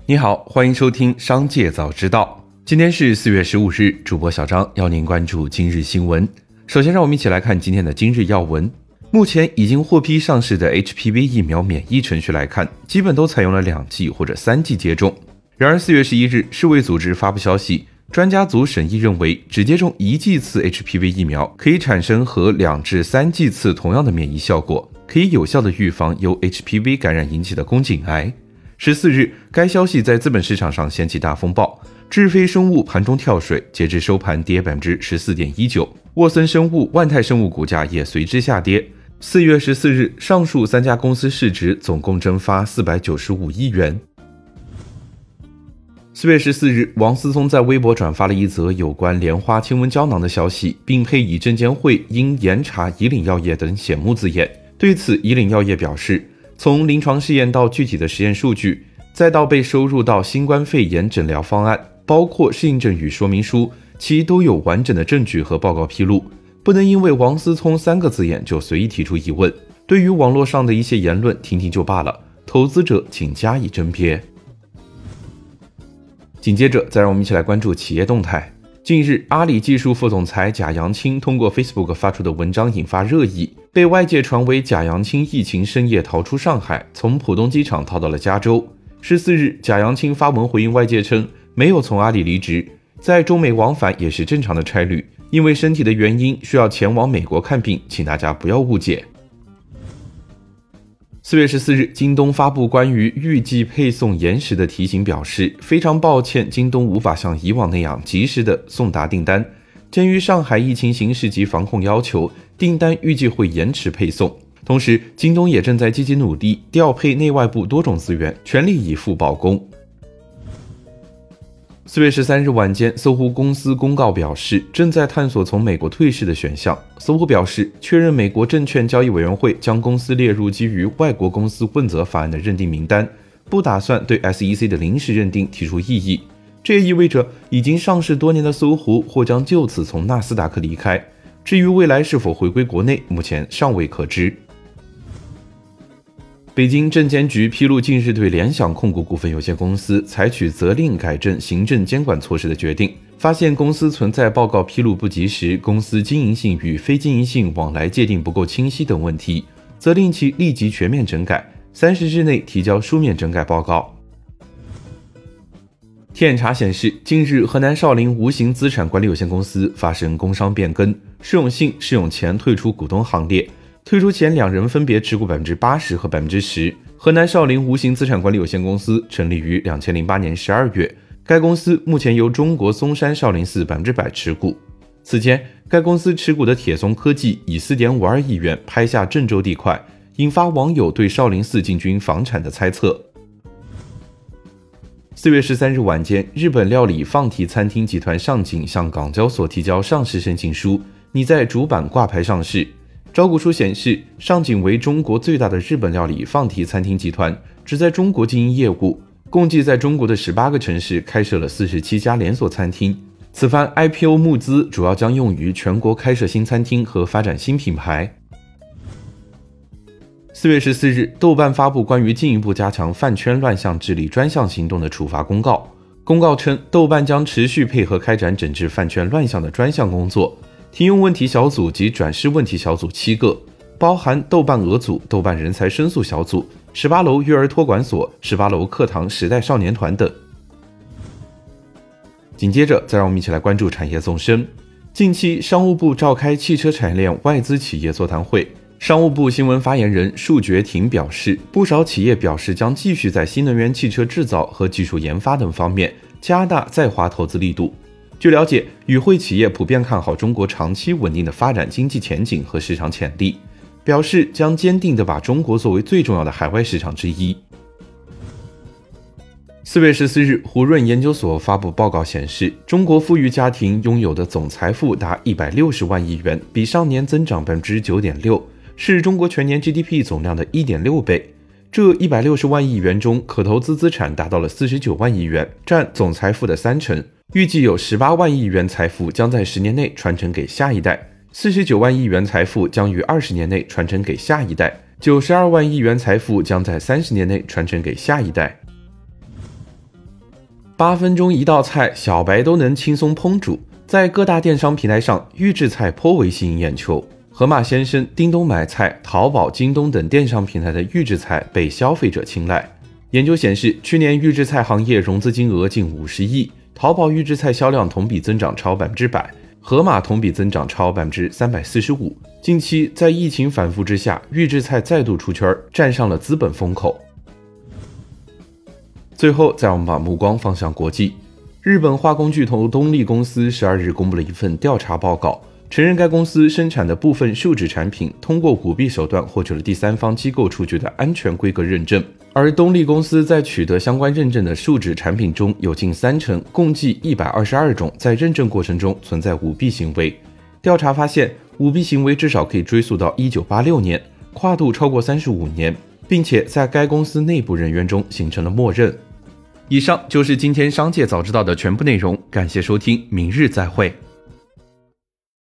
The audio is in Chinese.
你好，欢迎收听商界早知道。今天是4月15日，主播小张邀您关注今日新闻。首先让我们一起来看今天的今日要闻。目前已经获批上市的 HPV 疫苗免疫程序来看，基本都采用了2剂或者3剂接种。然而4月11日，世卫组织发布消息，专家组审议认为，只接种1剂次 HPV 疫苗可以产生和2至3剂次同样的免疫效果，可以有效地预防由 HPV 感染引起的宫颈癌。14日，该消息在资本市场上掀起大风暴，智飞生物盘中跳水，截至收盘跌 14.19%， 沃森生物、万泰生物股价也随之下跌。4月14日，上述3家公司市值总共蒸发495亿元。4月14日，王思聪在微博转发了一则有关莲花清瘟胶囊的消息，并配以证监会应严查以岭药业等显目字眼。对此，以岭药业表示，从临床试验到具体的实验数据，再到被收入到新冠肺炎诊疗方案，包括适应症与说明书，其都有完整的证据和报告披露，不能因为王思聪3个字眼就随意提出疑问。对于网络上的一些言论，听听就罢了，投资者请加以甄别。紧接着，再让我们一起来关注企业动态。近日，阿里技术副总裁贾扬青通过 Facebook 发出的文章引发热议，被外界传为贾扬青疫情深夜逃出上海，从浦东机场逃到了加州。14日，贾扬青发文回应外界称，没有从阿里离职，在中美往返也是正常的差旅，因为身体的原因需要前往美国看病，请大家不要误解。4月14日，京东发布关于预计配送延时的提醒，表示非常抱歉，京东无法像以往那样及时的送达订单。鉴于上海疫情形势及防控要求，订单预计会延迟配送。同时，京东也正在积极努力调配内外部多种资源，全力以赴保供。4月13日晚间，搜狐公司公告表示，正在探索从美国退市的选项。搜狐表示，确认美国证券交易委员会将公司列入基于外国公司问责法案的认定名单，不打算对 SEC 的临时认定提出异议。这也意味着已经上市多年的搜狐或将就此从纳斯达克离开。至于未来是否回归国内，目前尚未可知。北京证监局披露近日对联想控股股份有限公司采取责令改正行政监管措施的决定，发现公司存在报告披露不及时、公司经营性与非经营性往来界定不够清晰等问题，责令其立即全面整改，30日内提交书面整改报告。天眼查显示，近日河南少林无形资产管理有限公司发生工商变更，施永信、施永前退出股东行列。退出前2人分别持股 80% 和 10%。 河南少林无形资产管理有限公司成立于2008年12月，该公司目前由中国嵩山少林寺100%持股。此前，该公司持股的铁松科技以 4.52 亿元拍下郑州地块，引发网友对少林寺进军房产的猜测。4月13日晚间，日本料理放题餐厅集团上井向港交所提交上市申请书，拟在主板挂牌上市。招股书显示，上井为中国最大的日本料理放题餐厅集团，只在中国经营业务，共计在中国的18个城市开设了47家连锁餐厅。此番 IPO 募资主要将用于全国开设新餐厅和发展新品牌。4月14日，豆瓣发布关于进一步加强饭圈乱象治理专项行动的处罚公告。公告称，豆瓣将持续配合开展整治饭圈乱象的专项工作，提用问题小组及转世问题小组7个，包含豆瓣鹅组、豆瓣人才申诉小组、18楼育儿托管所、18楼课堂时代少年团等。紧接着，再让我们一起来关注产业纵深。近期，商务部召开汽车产业链外资企业座谈会，商务部新闻发言人束觉婷表示，不少企业表示将继续在新能源汽车制造和技术研发等方面加大在华投资力度。据了解，与会企业普遍看好中国长期稳定的发展经济前景和市场潜力，表示将坚定地把中国作为最重要的海外市场之一。4月14日，胡润研究所发布报告显示，中国富裕家庭拥有的总财富达160万亿元，比上年增长 9.6%， 是中国全年 GDP 总量的 1.6 倍。这160万亿元中，可投资资产达到了49万亿元，占总财富的30%。预计有18万亿元财富将在10年内传承给下一代，49万亿元财富将于20年内传承给下一代，92万亿元财富将在30年内传承给下一代。 8分钟一道菜，小白都能轻松烹煮。在各大电商平台上，预制菜颇为吸引眼球。盒马鲜生、叮咚买菜、淘宝、京东等电商平台的预制菜被消费者青睐。研究显示，去年预制菜行业融资金额近50亿，淘宝预制菜销量同比增长超100%，盒马同比增长超345%。近期在疫情反复之下，预制菜再度出圈，站上了资本风口。最后，再让我们把目光放向国际。日本化工巨头东丽公司12日公布了一份调查报告，承认该公司生产的部分树脂产品通过舞弊手段获取了第三方机构出具的安全规格认证，而东丽公司在取得相关认证的树脂产品中有近30%，共计122种在认证过程中存在舞弊行为。调查发现，舞弊行为至少可以追溯到1986年，跨度超过35年，并且在该公司内部人员中形成了默认。以上就是今天商界早知道的全部内容，感谢收听，明日再会。